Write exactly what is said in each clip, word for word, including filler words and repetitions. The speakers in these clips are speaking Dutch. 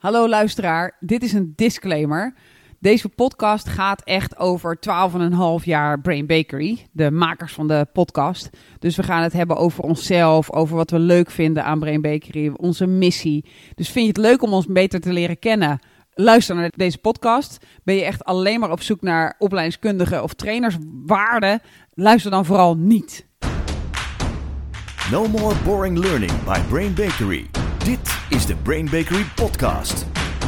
Hallo luisteraar, dit is een disclaimer. Deze podcast gaat echt over twaalf en een half jaar Brain Bakery, de makers van de podcast. Dus we gaan het hebben over onszelf, over wat we leuk vinden aan Brain Bakery, onze missie. Dus vind je het leuk om ons beter te leren kennen? Luister naar deze podcast. Ben je echt alleen maar op zoek naar opleidingskundigen of trainerswaarde? Luister dan vooral niet. No more boring learning by Brain Bakery. Dit is de Brain Bakery podcast.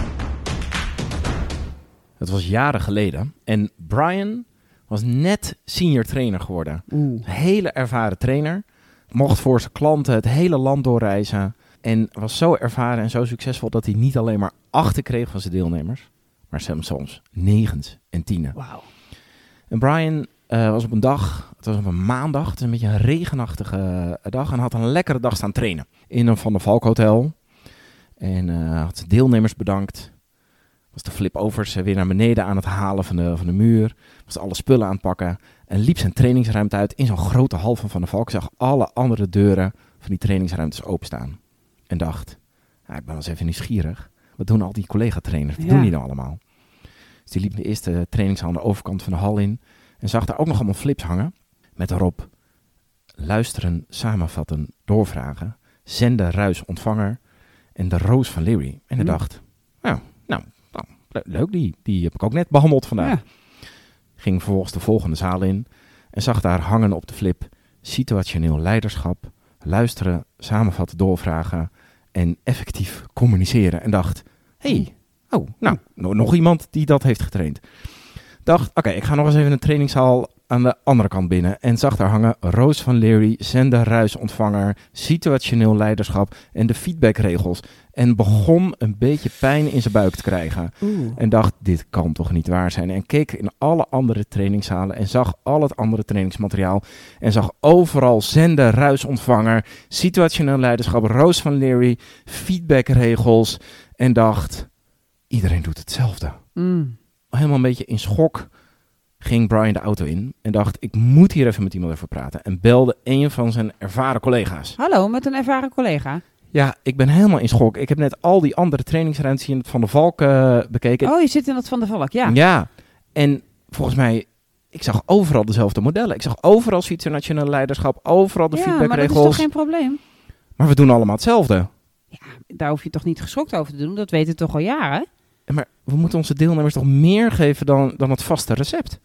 Het was jaren geleden en Brian was net senior trainer geworden. Oeh. Een hele ervaren trainer. Mocht voor zijn klanten het hele land doorreizen. En was zo ervaren en zo succesvol dat hij niet alleen maar achten kreeg van zijn deelnemers. Maar soms negens en tienen. Wauw. En Brian uh, was op een dag, het was op een maandag, het is een beetje een regenachtige dag. En had een lekkere dag staan trainen in een Van der Valk hotel. En uh, had zijn deelnemers bedankt. Was de flip-overs weer naar beneden aan het halen van de, van de muur. Was alle spullen aan het pakken. En liep zijn trainingsruimte uit in zo'n grote hal van Van der Valk. Zag alle andere deuren van die trainingsruimtes openstaan. En dacht, ja, ik ben wel eens even nieuwsgierig. Wat doen al die collega-trainers? Wat Ja. doen die nou allemaal? Dus die liep de eerste trainingshal aan de overkant van de hal in. En zag daar ook nog allemaal flips hangen. Met daarop luisteren, samenvatten, doorvragen. Zenden, ruis, ontvanger. En de roos van Leary. En hij Hm. dacht, nou, nou, nou le- leuk, die, die heb ik ook net behandeld vandaag. Ja. Ging vervolgens de volgende zaal in. En zag daar hangen op de flip situationeel leiderschap. Luisteren, samenvatten, doorvragen. En effectief communiceren. En dacht, hé, hey, oh, nou, no- nog iemand die dat heeft getraind. Dacht, oké, okay, ik ga nog eens even een trainingszaal aan de andere kant binnen. En zag daar hangen Roos van Leary, zender, ruis, ontvanger, situationeel leiderschap en de feedbackregels. En begon een beetje pijn in zijn buik te krijgen. Oeh. En dacht, dit kan toch niet waar zijn. En keek in alle andere trainingszalen en zag al het andere trainingsmateriaal. En zag overal zender, ruis, ontvanger, situationeel leiderschap, Roos van Leary, feedbackregels. En dacht, iedereen doet hetzelfde. Mm. Helemaal een beetje in schok ging Brian de auto in en dacht, ik moet hier even met iemand over praten. En belde een van zijn ervaren collega's. Hallo, met een ervaren collega. Ja, ik ben helemaal in schok. Ik heb net al die andere trainingsruimtes in het Van der Valk uh, bekeken. Oh, je zit in dat Van der Valk, ja. Ja, en volgens mij, ik zag overal dezelfde modellen. Ik zag overal situationeel leiderschap, overal de Ja, maar dat is feedbackregels. toch geen probleem? Maar we doen allemaal hetzelfde. Daar hoef je toch niet geschokt over te doen? Dat weten we toch al jaren? En maar we moeten onze deelnemers toch meer geven dan, dan het vaste recept?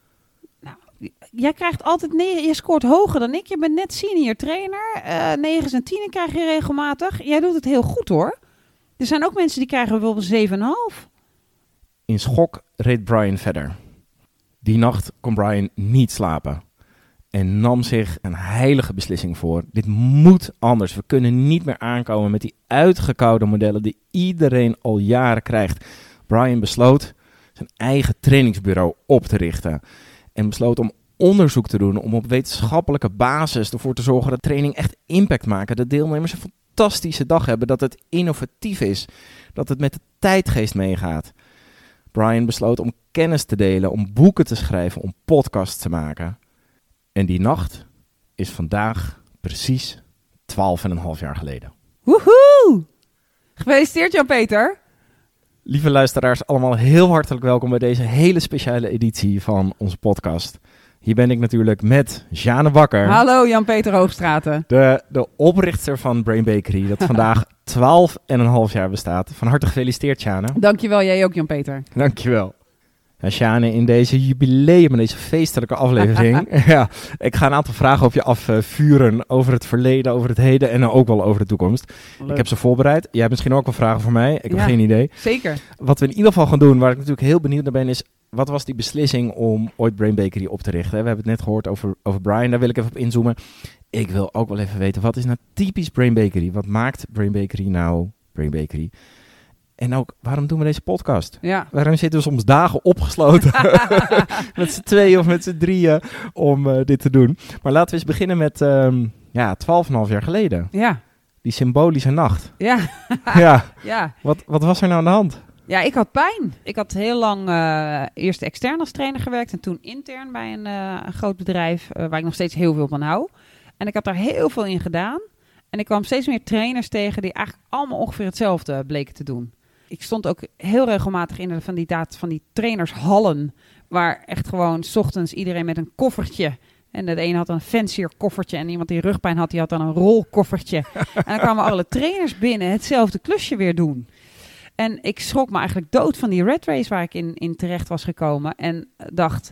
Jij krijgt altijd negen, je scoort hoger dan ik. Je bent net senior trainer. Uh, negens en tienen krijg je regelmatig. Jij doet het heel goed hoor. Er zijn ook mensen die krijgen bijvoorbeeld zeven komma vijf. In schok reed Brian verder. Die nacht kon Brian niet slapen. En nam zich een heilige beslissing voor. Dit moet anders. We kunnen niet meer aankomen met die uitgekoude modellen die iedereen al jaren krijgt. Brian besloot zijn eigen trainingsbureau op te richten. En besloot om onderzoek te doen, om op wetenschappelijke basis ervoor te zorgen dat training echt impact maakt. Dat deelnemers een fantastische dag hebben, dat het innovatief is, dat het met de tijdgeest meegaat. Brian besloot om kennis te delen, om boeken te schrijven, om podcasts te maken. En die nacht is vandaag precies twaalf en een half jaar geleden. Woehoe! Gefeliciteerd Jan-Peter. Lieve luisteraars, allemaal heel hartelijk welkom bij deze hele speciale editie van onze podcast. Hier ben ik natuurlijk met Sjane Bakker. Hallo Jan-Peter Hoogstraten. De, de oprichter van Brain Bakery, dat vandaag twaalf en een half jaar bestaat. Van harte gefeliciteerd, Sjane. Dankjewel, jij ook Jan-Peter. Dankjewel. Ja, Sjane, in deze jubileum, in deze feestelijke aflevering, ja, ik ga een aantal vragen op je afvuren over het verleden, over het heden en ook wel over de toekomst. Leuk. Ik heb ze voorbereid. Jij hebt misschien ook wel vragen voor mij. Ik Ja. heb geen idee. Zeker. Wat we in ieder geval gaan doen, waar ik natuurlijk heel benieuwd naar ben, is wat was die beslissing om ooit Brain Bakery op te richten? We hebben het net gehoord over, over Brian, daar wil ik even op inzoomen. Ik wil ook wel even weten, wat is nou typisch Brain Bakery? Wat maakt Brain Bakery nou Brain Bakery? En ook, waarom doen we deze podcast? Ja. Waarom zitten we soms dagen opgesloten met z'n tweeën of met z'n drieën om uh, dit te doen? Maar laten we eens beginnen met um, ja, twaalf en een half jaar geleden. Ja. Die symbolische nacht. Ja. ja. Ja. Wat, wat was er nou aan de hand? Ja, ik had pijn. Ik had heel lang uh, eerst extern als trainer gewerkt en toen intern bij een, uh, een groot bedrijf uh, waar ik nog steeds heel veel van hou. En ik had daar heel veel in gedaan. En ik kwam steeds meer trainers tegen die eigenlijk allemaal ongeveer hetzelfde bleken te doen. Ik stond ook heel regelmatig in de, van, die, van die trainershallen, waar echt gewoon 's ochtends iedereen met een koffertje. En de een had een fancier koffertje en iemand die rugpijn had, die had dan een rolkoffertje. En dan kwamen alle trainers binnen hetzelfde klusje weer doen. En ik schrok me eigenlijk dood van die rat race waar ik in, in terecht was gekomen. En dacht,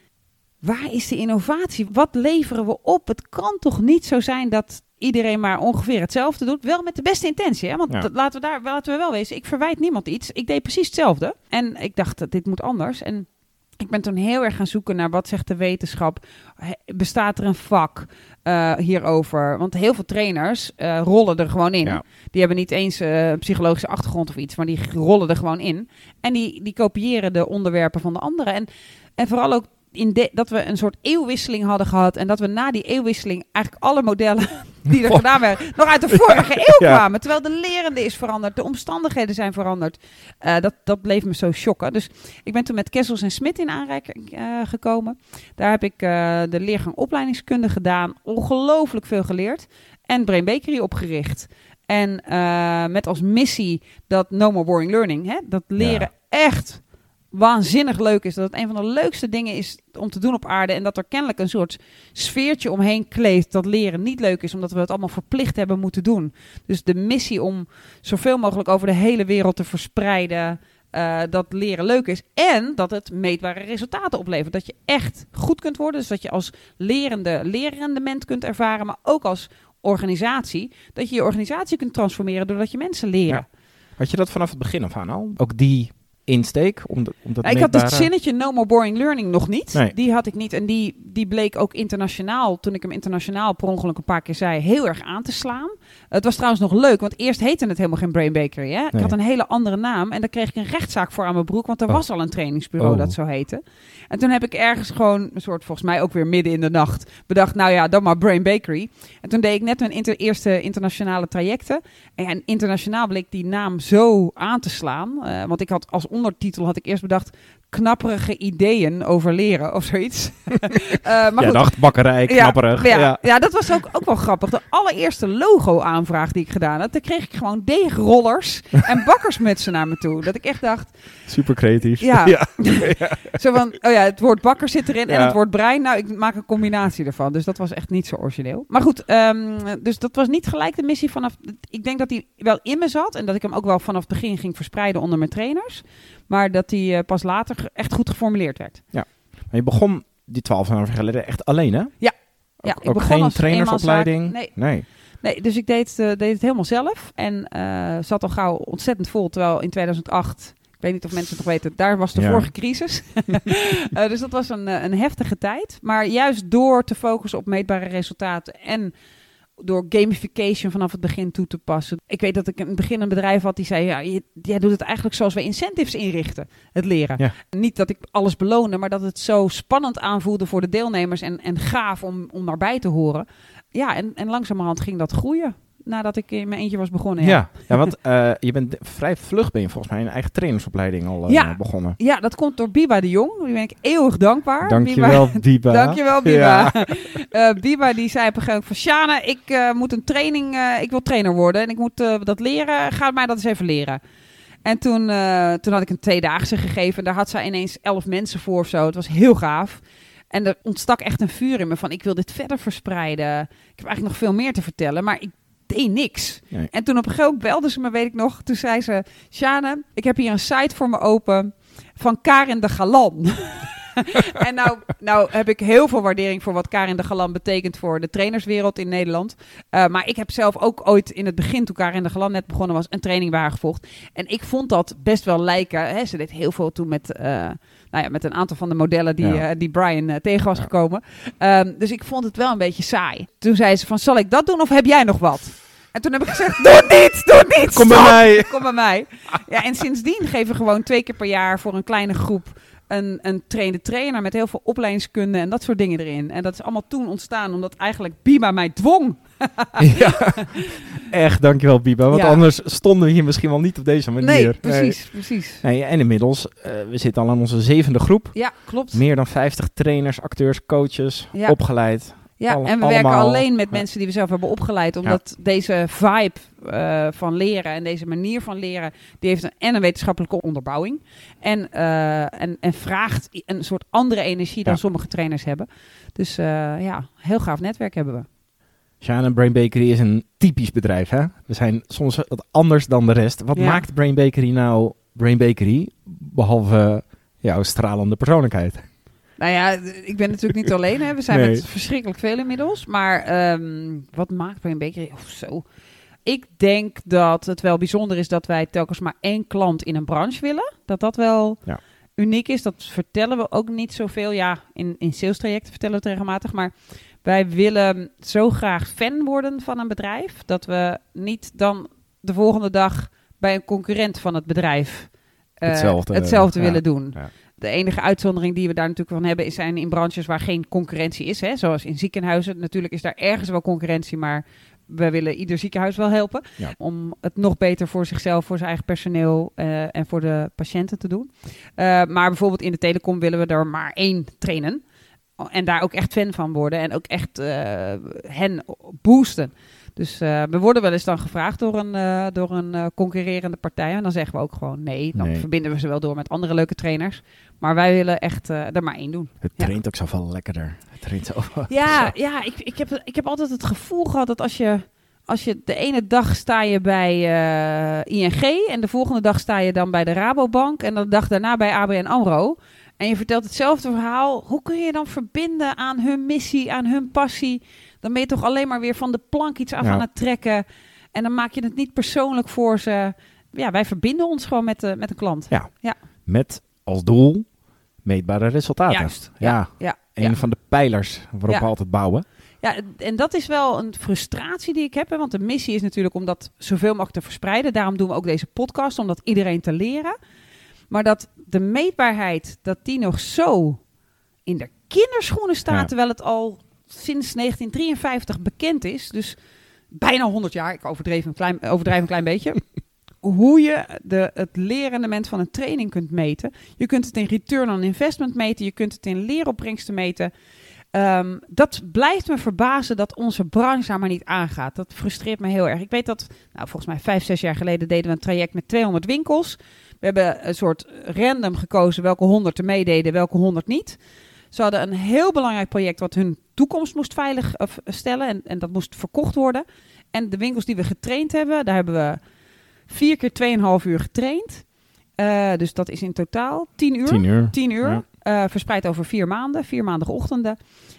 waar is de innovatie? Wat leveren we op? Het kan toch niet zo zijn dat iedereen maar ongeveer hetzelfde doet. Wel met de beste intentie. Hè? Want Ja. dat, laten, we daar, laten we wel wezen, ik verwijt niemand iets. Ik deed precies hetzelfde. En ik dacht, dit moet anders. En ik ben toen heel erg gaan zoeken naar wat zegt de wetenschap. He- bestaat er een vak uh, hierover? Want heel veel trainers uh, rollen er gewoon in. Ja. Die hebben niet eens uh, een psychologische achtergrond of iets, maar die rollen er gewoon in. En die, die kopiëren de onderwerpen van de anderen. En, en vooral ook in de, dat we een soort eeuwwisseling hadden gehad. En dat we na die eeuwwisseling eigenlijk alle modellen die er gedaan werden, nog uit de vorige eeuw Ja. kwamen. Terwijl de lerende is veranderd, de omstandigheden zijn veranderd. Uh, dat, dat bleef me zo shocken. Dus ik ben toen met Kessels en Smit in aanraking uh, gekomen. Daar heb ik uh, de leergang opleidingskunde gedaan. Ongelooflijk veel geleerd. En Brain Bakery opgericht. En uh, met als missie dat No More Boring Learning. Hè? Dat leren Ja. echt waanzinnig leuk is. Dat het een van de leukste dingen is om te doen op aarde. En dat er kennelijk een soort sfeertje omheen kleeft dat leren niet leuk is. Omdat we het allemaal verplicht hebben moeten doen. Dus de missie om zoveel mogelijk over de hele wereld te verspreiden. Uh, dat leren leuk is. En dat het meetbare resultaten oplevert. Dat je echt goed kunt worden. Dus dat je als lerende lerendement kunt ervaren. Maar ook als organisatie. Dat je je organisatie kunt transformeren doordat je mensen leren. Ja. Had je dat vanaf het begin af aan al? Ook die insteek? Om de, om dat nou, ik had het meetbare... zinnetje No More Boring Learning nog niet. Nee. Die had ik niet. En die, die bleek ook internationaal, toen ik hem internationaal per ongeluk een paar keer zei, heel erg aan te slaan. Het was trouwens nog leuk, want eerst heette het helemaal geen Brain Bakery. Hè? Ik Nee. had een hele andere naam en daar kreeg ik een rechtszaak voor aan mijn broek, want er Oh. was al een trainingsbureau Oh. dat zo heette. En toen heb ik ergens gewoon een soort, volgens mij ook weer midden in de nacht, bedacht, nou ja, dan maar Brain Bakery. En toen deed ik net mijn inter- eerste internationale trajecten. En internationaal bleek die naam zo aan te slaan. Uh, want ik had als ondertitel had ik eerst bedacht knapperige ideeën over leren of zoiets. uh, maar Ja, goed. dacht bakkerij, knapperig. Ja, ja, Ja. ja, dat was ook, ook wel grappig. De allereerste logo-aanvraag die ik gedaan had, daar kreeg ik gewoon deegrollers en bakkersmutsen naar me toe. Dat ik echt dacht, Super creatief. Ja. ja. zo van, oh ja, het woord bakker zit erin en Ja. het woord brein. Nou, ik maak een combinatie ervan. Dus dat was echt niet zo origineel. Maar goed, um, dus dat was niet gelijk de missie vanaf. Ik denk dat die wel in me zat en dat ik hem ook wel vanaf het begin ging verspreiden onder mijn trainers. Maar dat die uh, pas later echt goed geformuleerd werd. Maar je begon die twaalf jaar geleden echt alleen, hè? Ja. Ook, Ja, ik ook begon geen als trainersopleiding? eenmanszaak. Nee. nee. Nee, dus ik deed, uh, deed het helemaal zelf. En uh, zat al gauw ontzettend vol. Terwijl in tweeduizend acht, ik weet niet of mensen het nog weten, daar was de Ja. vorige crisis. uh, dus dat was een, uh, een heftige tijd. Maar juist door te focussen op meetbare resultaten en door gamification vanaf het begin toe te passen. Ik weet dat ik in het begin een bedrijf had die zei, ja, je, jij doet het eigenlijk zoals we incentives inrichten, het leren. Ja. Niet dat ik alles beloonde, maar dat het zo spannend aanvoelde voor de deelnemers en, en gaaf om, om daarbij te horen. Ja, en, en langzamerhand ging dat groeien. Nadat ik in mijn eentje was begonnen. Ja, Ja, ja want uh, je bent vrij vlug, ben je volgens mij een eigen trainersopleiding al uh, Ja. begonnen. ja dat komt door Biba de Jong. Die ben ik eeuwig dankbaar. Dankjewel, Biba. Dankjewel, Biba. Ja. uh, Biba die zei op een gegeven moment van Sjane, ik uh, moet een training, uh, ik wil trainer worden en ik moet uh, dat leren. Ga mij dat eens even leren. En toen, uh, toen had ik een tweedaagse gegeven. Daar had zij ineens elf mensen voor of zo. Het was heel gaaf. En er ontstak echt een vuur in me van ik wil dit verder verspreiden. Ik heb eigenlijk nog veel meer te vertellen, maar ik deed niks. Nee. En toen op een gegeven moment belde ze me, weet ik nog. Toen zei ze, Sjane, ik heb hier een site voor me open van Karin de Galan. En nou, nou heb ik heel veel waardering voor wat Karin de Galan betekent voor de trainerswereld in Nederland. Uh, maar ik heb zelf ook ooit in het begin, toen Karin de Galan net begonnen was, een training bij haar gevolgd. En ik vond dat best wel lijken. Hè? Ze deed heel veel toen met, uh, nou ja, met een aantal van de modellen die, Ja. uh, die Brian uh, tegen was Ja. gekomen. Um, dus ik vond het wel een beetje saai. Toen zei ze van, zal ik dat doen of heb jij nog wat? En toen heb ik gezegd, doe het niet, doe het niet. Kom bij stop. mij. Kom bij mij. Ja, en sindsdien geven we gewoon twee keer per jaar voor een kleine groep een, een trainde trainer met heel veel opleidingskunde en dat soort dingen erin. En dat is allemaal toen ontstaan omdat eigenlijk Biba mij dwong. Ja, echt, dankjewel Biba. Want Ja. anders stonden we hier misschien wel niet op deze manier. Nee, precies, precies. Nee, en inmiddels, uh, we zitten al aan onze zevende groep. Ja, klopt. Meer dan vijftig trainers, acteurs, coaches Ja. opgeleid. Ja, Alle- en we allemaal, werken alleen met ja. mensen die we zelf hebben opgeleid. Omdat ja. deze vibe uh, van leren en deze manier van leren, die heeft een, en een wetenschappelijke onderbouwing. En, uh, en, en vraagt een soort andere energie dan ja. sommige trainers hebben. Dus uh, ja, heel gaaf netwerk hebben we. Sjaan, Brain Bakery is een typisch bedrijf, hè? We zijn soms wat anders dan de rest. Wat ja. maakt Brain Bakery nou Brain Bakery, behalve jouw stralende persoonlijkheid? Nou ja, ik ben natuurlijk niet alleen. Hè. We zijn nee. met verschrikkelijk veel inmiddels. Maar um, wat maakt Brain Bakery of zo? Ik denk dat het wel bijzonder is dat wij telkens maar één klant in een branche willen. Dat dat wel ja. uniek is. Dat vertellen we ook niet zoveel. Ja, in, in sales trajecten vertellen we het regelmatig. Maar wij willen zo graag fan worden van een bedrijf. Dat we niet dan de volgende dag bij een concurrent van het bedrijf uh, hetzelfde, hetzelfde ja. willen doen. Ja. De enige uitzondering die we daar natuurlijk van hebben, is zijn in branches waar geen concurrentie is. Hè? Zoals in ziekenhuizen. Natuurlijk is daar ergens wel concurrentie, maar we willen ieder ziekenhuis wel helpen. Ja. Om het nog beter voor zichzelf, voor zijn eigen personeel uh, en voor de patiënten te doen. Uh, maar bijvoorbeeld in de telecom willen we er maar één trainen. En daar ook echt fan van worden. En ook echt uh, hen boosten. Dus uh, we worden wel eens dan gevraagd door een, uh, door een uh, concurrerende partij. En dan zeggen we ook gewoon nee. Dan nee. verbinden we ze wel door met andere leuke trainers. Maar wij willen echt uh, er maar één doen. Het traint ja. ook zoveel lekkerder. Het traint zo. Ja, zo. ja ik, ik, heb, ik heb altijd het gevoel gehad dat als je... Als je de ene dag sta je bij uh, I N G... en de volgende dag sta je dan bij de Rabobank... en de dag daarna bij A B N AMRO... en je vertelt hetzelfde verhaal... hoe kun je je dan verbinden aan hun missie, aan hun passie? Dan ben je toch alleen maar weer van de plank iets af ja. aan het trekken... en dan maak je het niet persoonlijk voor ze. Ja, wij verbinden ons gewoon met de, met de klant. Ja, ja. Met als doel meetbare resultaten. Juist. Ja, ja. ja. een ja. van de pijlers waarop ja. we altijd bouwen... Ja, en dat is wel een frustratie die ik heb. Hè? Want de missie is natuurlijk om dat zoveel mogelijk te verspreiden. Daarom doen we ook deze podcast, om dat iedereen te leren. Maar dat de meetbaarheid, dat die nog zo in de kinderschoenen staat... Ja. terwijl het al sinds negentien drieënvijftig bekend is. Dus bijna honderd jaar, ik overdrijf een klein, overdrijf een klein beetje... hoe je de, het leerrendement van een training kunt meten. Je kunt het in return on investment meten. Je kunt het in leeropbrengsten meten... Um, dat blijft me verbazen dat onze branche daar maar niet aangaat. Dat frustreert me heel erg. Ik weet dat, nou, volgens mij vijf, zes jaar geleden deden we een traject met tweehonderd winkels. We hebben een soort random gekozen welke honderd er meededen, welke honderd niet. Ze hadden een heel belangrijk project wat hun toekomst moest veilig uh, stellen en, en dat moest verkocht worden. En de winkels die we getraind hebben, daar hebben we vier keer tweeënhalf uur getraind. Uh, dus dat is in totaal tien uur. Tien uur. Tien uur. Ja. Uh, verspreid over vier maanden, vier maandagochtenden.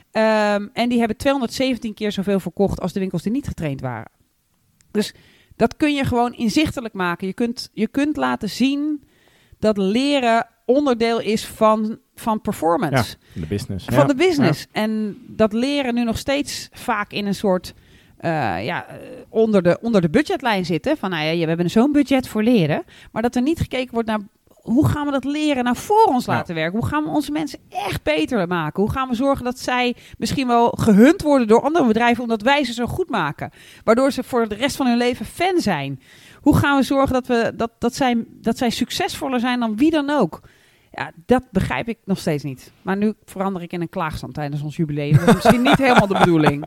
Um, en die hebben tweehonderdzeventien keer zoveel verkocht als de winkels die niet getraind waren. Dus dat kun je gewoon inzichtelijk maken. Je kunt, je kunt laten zien dat leren onderdeel is van, van performance. Ja, de business. Van ja. de business. Ja. En dat leren nu nog steeds vaak in een soort... Uh, ja, onder de, onder de budgetlijn zitten. Van, nou ja, we hebben zo'n budget voor leren. Maar dat er niet gekeken wordt naar... hoe gaan we dat leren nou voor ons nou. laten werken? Hoe gaan we onze mensen echt beter maken? Hoe gaan we zorgen dat zij misschien wel gehunt worden door andere bedrijven... omdat wij ze zo goed maken? Waardoor ze voor de rest van hun leven fan zijn. Hoe gaan we zorgen dat, we, dat, dat, zij, dat zij succesvoller zijn dan wie dan ook? Ja, dat begrijp ik nog steeds niet. Maar nu verander ik in een klaagstand tijdens ons jubileum. Dat is misschien niet helemaal de bedoeling.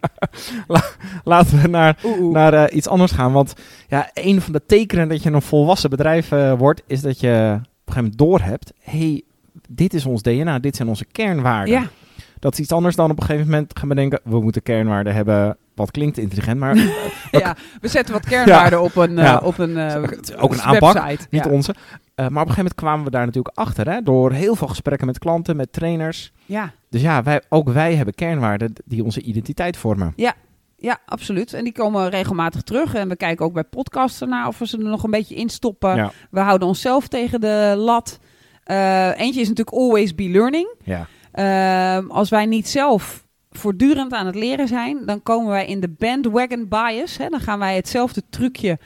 Laten we naar, naar uh, iets anders gaan. Want ja, een van de tekenen dat je een volwassen bedrijf uh, wordt... is dat je op een gegeven moment doorhebt... hey, dit is ons D N A, dit zijn onze kernwaarden. Ja. Dat is iets anders dan op een gegeven moment gaan bedenken... we moeten kernwaarden hebben... Wat klinkt intelligent, maar... ja, we zetten wat kernwaarden ja, op een, uh, ja. op een uh, ook een aanpak, website. Niet ja. onze. Uh, maar op een gegeven moment kwamen we daar natuurlijk achter. Hè, door heel veel gesprekken met klanten, met trainers. Ja. Dus ja, wij, ook wij hebben kernwaarden die onze identiteit vormen. Ja, ja, absoluut. En die komen regelmatig terug. En we kijken ook bij podcasts ernaar of we ze er nog een beetje in stoppen. Ja. We houden onszelf tegen de lat. Uh, eentje is natuurlijk always be learning. Ja. Uh, als wij niet zelf... voortdurend aan het leren zijn, dan komen wij in de bandwagon bias. Hè? Dan gaan wij hetzelfde trucje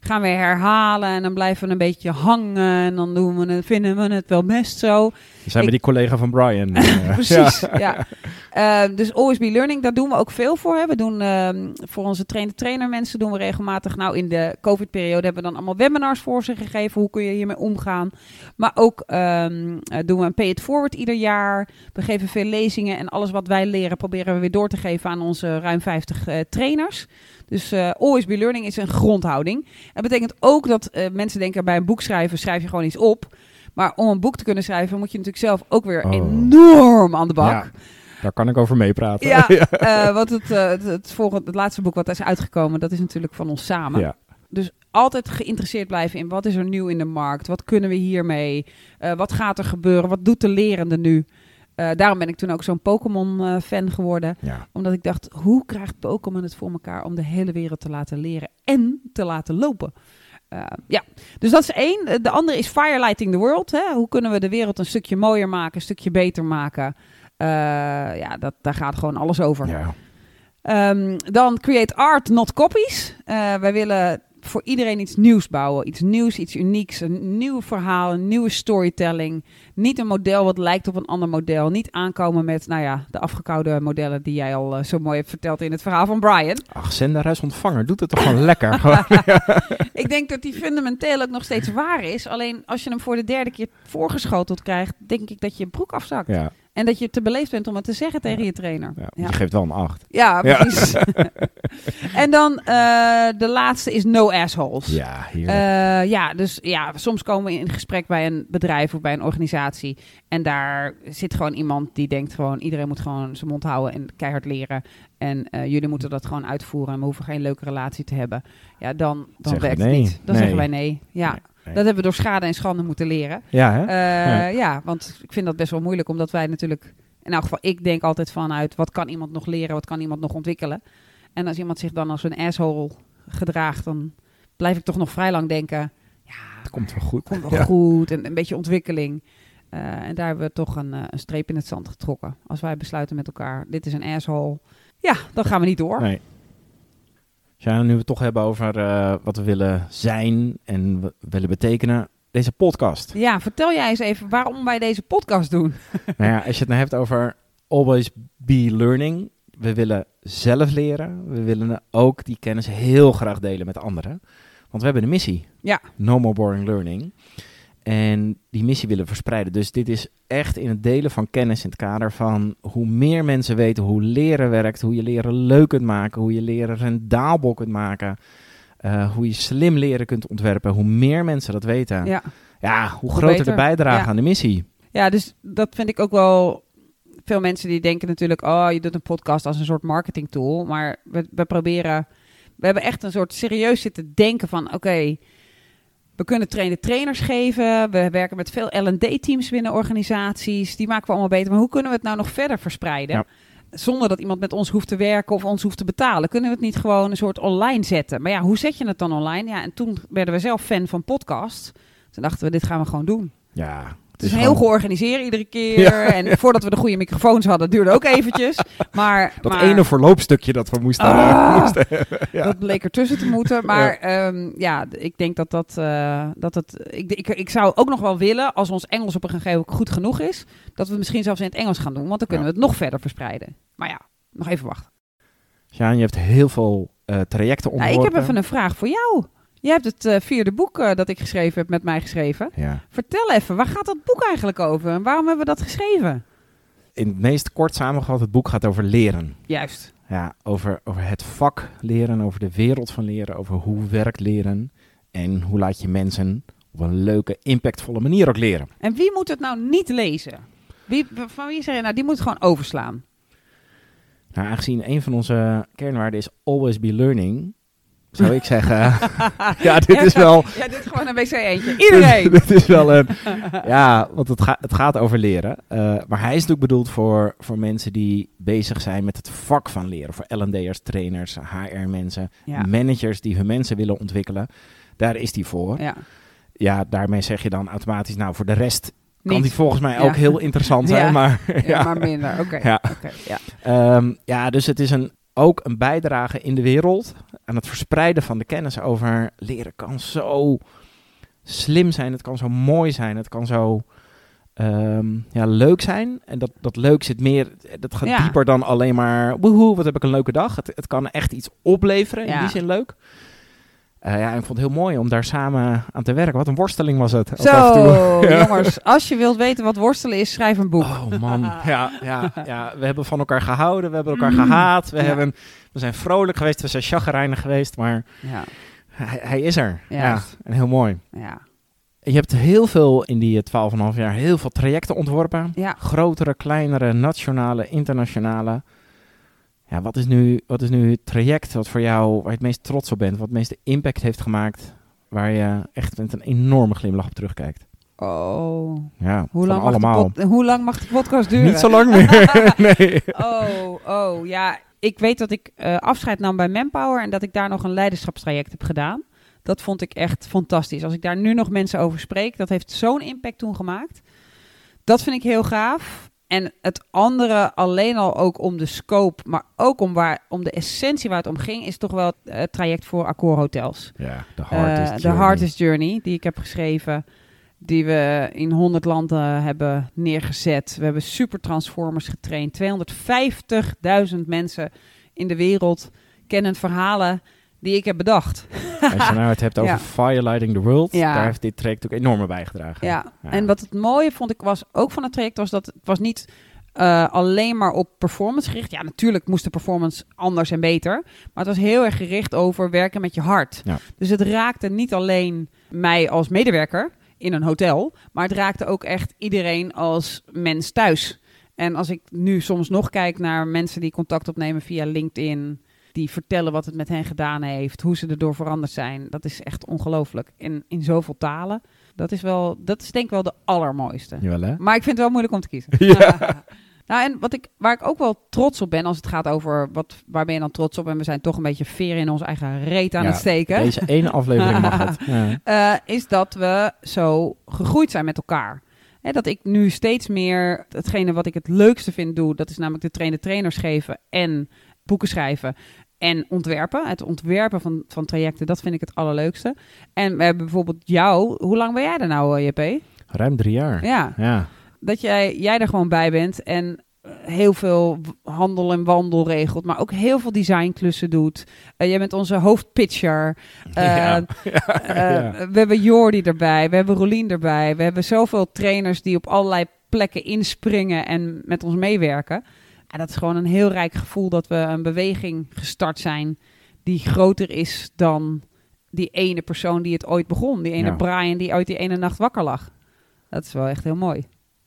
gaan we herhalen en dan blijven we een beetje hangen en dan doen we het, vinden we het wel best zo. We zijn Ik, we die collega van Brian. Uh, precies, ja. ja. Uh, dus Always Be Learning, daar doen we ook veel voor. Hè. We doen uh, voor onze trainer-trainer mensen doen we regelmatig. Nou, in de COVID-periode hebben we dan allemaal webinars voor ze gegeven. Hoe kun je hiermee omgaan? Maar ook um, uh, doen we een Pay It Forward ieder jaar. We geven veel lezingen en alles wat wij leren proberen we weer door te geven aan onze ruim vijftig uh, trainers. Dus uh, Always Be Learning is een grondhouding. Dat betekent ook dat uh, mensen denken bij een boek schrijven, schrijf je gewoon iets op. Maar om een boek te kunnen schrijven moet je natuurlijk zelf ook weer Oh. enorm aan de bak. Ja, daar kan ik over meepraten. Ja, uh, want het, uh, het, het, volgende, het laatste boek wat is uitgekomen, dat is natuurlijk van ons samen. Ja. Dus altijd geïnteresseerd blijven in wat is er nieuw in de markt? Wat kunnen we hiermee? Uh, wat gaat er gebeuren? Wat doet de lerende nu? Uh, daarom ben ik toen ook zo'n Pokémon-fan uh, geworden. Ja. Omdat ik dacht, hoe krijgt Pokémon het voor elkaar om de hele wereld te laten leren en te laten lopen? Uh, ja, dus dat is één. De andere is Firelighting the World. Hè? Hoe kunnen we de wereld een stukje mooier maken, een stukje beter maken? Uh, ja, dat, daar gaat gewoon alles over. Ja. Um, dan Create Art, Not Copies. Uh, wij willen voor iedereen iets nieuws bouwen. Iets nieuws, iets unieks. Een nieuw verhaal, een nieuwe storytelling. Niet een model wat lijkt op een ander model. Niet aankomen met, nou ja, de afgekoude modellen die jij al uh, zo mooi hebt verteld in het verhaal van Brian. Ach, zenderhuisontvanger doet het toch gewoon lekker. Ik denk dat die fundamenteel ook nog steeds waar is. Alleen als je hem voor de derde keer voorgeschoteld krijgt, denk ik dat je broek afzakt. Ja. En dat je te beleefd bent om het te zeggen tegen je trainer. Ja, Ja. Je geeft wel een acht. Ja, precies. Ja. En dan uh, de laatste is No Assholes. Ja, hier. Uh, ja, dus ja, soms komen we in gesprek bij een bedrijf of bij een organisatie. En daar zit gewoon iemand die denkt gewoon, iedereen moet gewoon zijn mond houden en keihard leren. En uh, jullie moeten dat gewoon uitvoeren en we hoeven geen leuke relatie te hebben. Ja, dan, dan werkt nee. het niet. Dan nee. zeggen wij nee. Ja. Nee. Nee. Dat hebben we door schade en schande moeten leren. Ja, hè? Uh, ja. ja, want ik vind dat best wel moeilijk, omdat wij natuurlijk, in elk geval, ik denk altijd vanuit, wat kan iemand nog leren, wat kan iemand nog ontwikkelen? En als iemand zich dan als een asshole gedraagt, dan blijf ik toch nog vrij lang denken, ja, het komt wel goed. komt wel ja. goed en een beetje ontwikkeling. Uh, en daar hebben we toch een, uh, een streep in het zand getrokken. Als wij besluiten met elkaar, dit is een asshole, ja, dan gaan we niet door. Nee. Ja, nu we het toch hebben over uh, wat we willen zijn en we willen betekenen, deze podcast. Ja, vertel jij eens even waarom wij deze podcast doen. Nou ja, als je het nou hebt over Always Be Learning, we willen zelf leren, we willen ook die kennis heel graag delen met anderen. Want we hebben een missie. Ja. No More Boring Learning. En die missie willen we verspreiden. Dus dit is echt in het delen van kennis in het kader van hoe meer mensen weten hoe leren werkt, hoe je leren leuk kunt maken, hoe je leren rendabel kunt maken, uh, hoe je slim leren kunt ontwerpen. Hoe meer mensen dat weten, Ja, ja hoe, Hoe groter beter. de bijdrage Ja. aan de missie. ja, dus dat vind ik ook wel. Veel mensen die denken natuurlijk, oh, je doet een podcast als een soort marketing tool. Maar we, we proberen, we hebben echt een soort serieus zitten denken van, oké, okay, we kunnen trainen trainers geven. We werken met veel L en D-teams binnen organisaties. Die maken we allemaal beter. Maar hoe kunnen we het nou nog verder verspreiden? Ja. Zonder dat iemand met ons hoeft te werken of ons hoeft te betalen. Kunnen we het niet gewoon een soort online zetten? Maar ja, hoe zet je het dan online? Ja, en toen werden we zelf fan van podcasts. Toen dachten we, dit gaan we gewoon doen. Ja, Het is heel georganiseerd iedere keer. Ja. En voordat we de goede microfoons hadden, duurde ook eventjes. Maar, dat maar, ene verloopstukje dat we moesten, Ah, uh, moesten ja. dat bleek ertussen te moeten. Maar ja, um, ja ik denk dat dat... Uh, dat het, ik, ik, ik zou ook nog wel willen, als ons Engels op een gegeven moment goed genoeg is, dat we misschien zelfs in het Engels gaan doen. Want dan kunnen ja. we het nog verder verspreiden. Maar ja, nog even wachten. Sjaan, je hebt heel veel uh, trajecten ontworpen. Nou, ik heb even een vraag voor jou. Jij hebt het uh, vierde boek uh, dat ik geschreven heb met mij geschreven. Ja. Vertel even, waar gaat dat boek eigenlijk over? En waarom hebben we dat geschreven? In het meest kort samengevat, het boek gaat over leren. Juist. Ja, over, over het vak leren, over de wereld van leren, over hoe werkt leren. En hoe laat je mensen op een leuke, impactvolle manier ook leren. En wie moet het nou niet lezen? Wie, van wie zeg je nou, die moet het gewoon overslaan? Nou, aangezien een van onze kernwaarden is always be learning, zou ik zeggen, ja, dit ja, is wel... Ja, dit is gewoon een wc eentje. Iedereen! dit, dit is wel een... Ja, want het, ga, het gaat over leren. Uh, maar hij is natuurlijk bedoeld voor, voor mensen die bezig zijn met het vak van leren. Voor L en D'ers, trainers, H R-mensen, Ja. managers die hun mensen willen ontwikkelen. Daar is die voor. Ja. Ja, daarmee zeg je dan automatisch, nou, voor de rest kan Niet. die volgens mij Ja. ook heel interessant zijn. Ja. Maar, Ja, ja. maar minder. Oké. Ja. Okay. Ja. Um, ja, dus het is een, ook een bijdrage in de wereld. aan het verspreiden van de kennis over leren kan zo slim zijn. Het kan zo mooi zijn. Het kan zo um, ja, leuk zijn. En dat, dat leuk zit meer, dat gaat Ja. dieper dan alleen maar, woehoe, wat heb ik een leuke dag. Het, het kan echt iets opleveren, in Ja. die zin leuk. Uh, ja, en ik vond het heel mooi om daar samen aan te werken. Wat een worsteling was het. Ook Zo, af en toe. Ja. jongens, als je wilt weten wat worstelen is, schrijf een boek. Oh man, ja, ja, ja, we hebben van elkaar gehouden, we hebben elkaar gehaat, we, Ja. hebben, we zijn vrolijk geweest, we zijn chagrijnig geweest, maar Ja, hij, hij is er. Ja. Juist. En heel mooi. ja, Je hebt heel veel in die twaalf en een half jaar, heel veel trajecten ontworpen. ja. Grotere, kleinere, nationale, internationale. Ja, wat is nu, wat is nu het traject wat voor jou, waar je het meest trots op bent, wat het meeste impact heeft gemaakt, waar je echt met een enorme glimlach op terugkijkt? Oh, Ja, hoe lang, van mag de allemaal. pod- hoe lang mag de podcast duren? Niet zo lang meer. Nee. Oh, oh, ja. Ik weet dat ik uh, afscheid nam bij Manpower en dat ik daar nog een leiderschapstraject heb gedaan. Dat vond ik echt fantastisch. Als ik daar nu nog mensen over spreek, dat heeft zo'n impact toen gemaakt. Dat vind ik heel gaaf. En het andere, alleen al ook om de scope, maar ook om, waar, om de essentie waar het om ging, is toch wel het uh, traject voor Accor Hotels. Ja, de hardest, Uh, journey. de hardest journey die ik heb geschreven, die we in honderd landen hebben neergezet. We hebben super transformers getraind. tweehonderdvijftigduizend mensen in de wereld kennen verhalen die ik heb bedacht. Als je nou het hebt over Ja. Firelighting the World, Ja. daar heeft dit traject ook enorm bij bijgedragen. Ja. Ja. En wat het mooie vond ik was ook van het traject was dat het was niet uh, alleen maar op performance gericht. Ja, natuurlijk moest de performance anders en beter, maar het was heel erg gericht over werken met je hart. Ja. Dus het raakte niet alleen mij als medewerker in een hotel, maar het raakte ook echt iedereen als mens thuis. En als ik nu soms nog kijk naar mensen die contact opnemen via LinkedIn, die vertellen wat het met hen gedaan heeft, hoe ze erdoor veranderd zijn, dat is echt ongelooflijk. In, in zoveel talen. Dat is wel, dat is denk ik wel de allermooiste. Jawel, hè? Maar ik vind het wel moeilijk om te kiezen. Ja. Nou, en wat ik, waar ik ook wel trots op ben als het gaat over wat, waar ben je dan trots op? En we zijn toch een beetje veren in onze eigen reet aan Ja, het steken. Deze ene aflevering mag het. Ja. Uh, is dat we zo gegroeid zijn met elkaar. Hè, dat ik nu steeds meer hetgene wat ik het leukste vind doe, dat is namelijk de trainen trainers geven en boeken schrijven en ontwerpen. Het ontwerpen van, van trajecten, dat vind ik het allerleukste. En we hebben bijvoorbeeld jou, hoe lang ben jij er nou, J P? Ruim drie jaar. Ja, Ja. dat jij, jij er gewoon bij bent en heel veel handel en wandel regelt, maar ook heel veel designklussen doet. Uh, jij bent onze hoofdpitcher. Uh, Ja. uh, Ja. We hebben Jordi erbij, we hebben Rolien erbij. We hebben zoveel trainers die op allerlei plekken inspringen en met ons meewerken. En dat is gewoon een heel rijk gevoel dat we een beweging gestart zijn die groter is dan die ene persoon die het ooit begon. Die ene Ja. Brian die ooit die ene nacht wakker lag. Dat is wel echt heel mooi.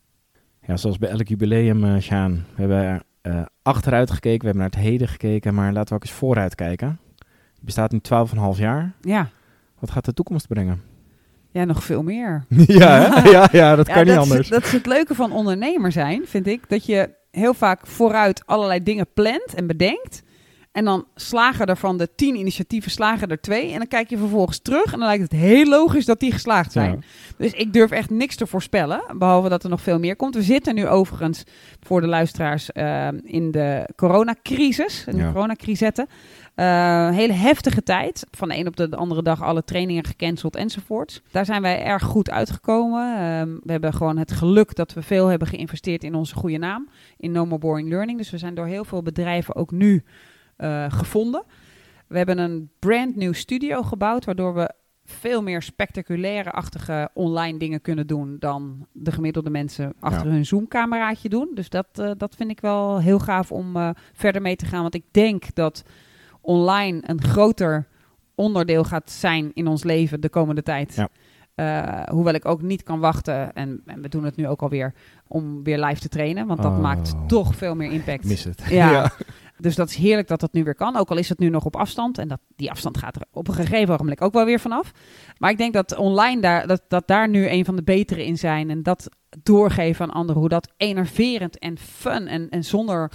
Ja, zoals bij elk jubileum, uh, Sjaan. We hebben uh, achteruit gekeken, we hebben naar het heden gekeken, maar laten we ook eens vooruit kijken. Het bestaat nu twaalf en een half jaar. Ja. Wat gaat de toekomst brengen? Ja, nog veel meer. ja, hè? ja, ja, dat Ja, kan niet dat anders. Is, dat is het leuke van ondernemer zijn, vind ik. Dat je heel vaak vooruit allerlei dingen plant en bedenkt. En dan slagen er van de tien initiatieven, slagen er twee. En dan kijk je vervolgens terug en dan lijkt het heel logisch dat die geslaagd zijn. Ja. Dus ik durf echt niks te voorspellen, behalve dat er nog veel meer komt. We zitten nu overigens voor de luisteraars uh, in de coronacrisis, in de Ja. coronacrisette. Uh, hele heftige tijd. Van de een op de andere dag alle trainingen gecanceld enzovoort. Daar zijn wij erg goed uitgekomen. Uh, we hebben gewoon het geluk dat we veel hebben geïnvesteerd in onze goede naam. In No More Boring Learning. Dus we zijn door heel veel bedrijven ook nu uh, gevonden. We hebben een brand new studio gebouwd, waardoor we veel meer spectaculaire-achtige online dingen kunnen doen dan de gemiddelde mensen achter Ja. hun Zoom-cameraatje doen. Dus dat, uh, dat vind ik wel heel gaaf om uh, verder mee te gaan. Want ik denk dat online een groter onderdeel gaat zijn in ons leven de komende tijd. Ja. Uh, hoewel ik ook niet kan wachten, en, en we doen het nu ook alweer, om weer live te trainen. Want dat Oh. maakt toch veel meer impact. Mis het. Ja. ja. Dus dat is heerlijk dat dat nu weer kan. Ook al is het nu nog op afstand. En dat, die afstand gaat er op een gegeven ogenblik ook wel weer vanaf. Maar ik denk dat online daar, dat, dat daar nu een van de betere in zijn. En dat doorgeven aan anderen. Hoe dat enerverend en fun en, en zonder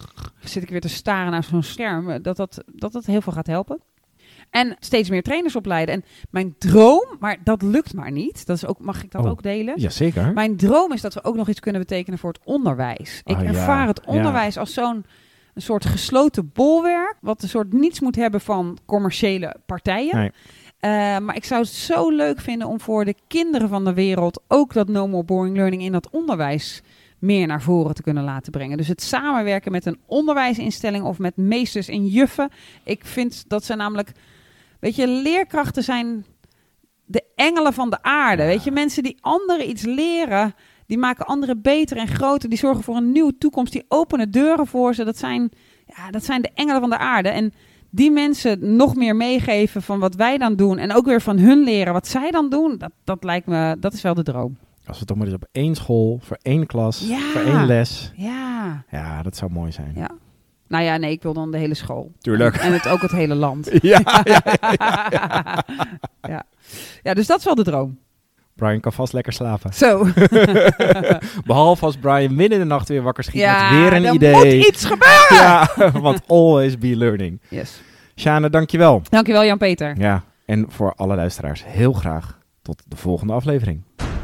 zit ik weer te staren naar zo'n scherm. Dat dat, dat dat heel veel gaat helpen. En steeds meer trainers opleiden. En mijn droom, maar dat lukt maar niet. Dat is ook, mag ik dat Oh, ook delen? Jazeker. Mijn droom is dat we ook nog iets kunnen betekenen voor het onderwijs. Ik Ah, ja. ervaar het Ja. onderwijs als zo'n een soort gesloten bolwerk, wat een soort niets moet hebben van commerciële partijen. Nee. Uh, maar ik zou het zo leuk vinden om voor de kinderen van de wereld ook dat No More Boring Learning in dat onderwijs meer naar voren te kunnen laten brengen. Dus het samenwerken met een onderwijsinstelling of met meesters en juffen. Ik vind dat ze namelijk, weet je, leerkrachten zijn de engelen van de aarde. Ja. Weet je, mensen die anderen iets leren, die maken anderen beter en groter. Die zorgen voor een nieuwe toekomst. Die openen deuren voor ze. Dat zijn, ja, dat zijn de engelen van de aarde. En die mensen nog meer meegeven van wat wij dan doen. En ook weer van hun leren wat zij dan doen. Dat, dat lijkt me, dat is wel de droom. Als we toch maar eens op één school, voor één klas, ja. voor één les. Ja. Ja, dat zou mooi zijn. Ja. Nou ja, nee, ik wil dan de hele school. Tuurlijk. En, en het ook het hele land. ja, ja, ja, ja. ja. Ja, dus dat is wel de droom. Brian kan vast lekker slapen. Zo. Behalve als Brian midden in de nacht weer wakker schiet ja, met weer een er idee. moet iets gebeuren! Ja, want always be learning. Yes. Sjane, dankjewel. Dankjewel Jan-Peter. Ja, en voor alle luisteraars heel graag tot de volgende aflevering.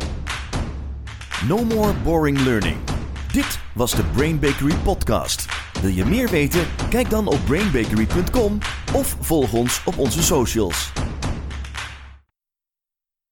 No more boring learning. Dit was de Brain Bakery podcast. Wil je meer weten? Kijk dan op brain bakery punt com of volg ons op onze socials.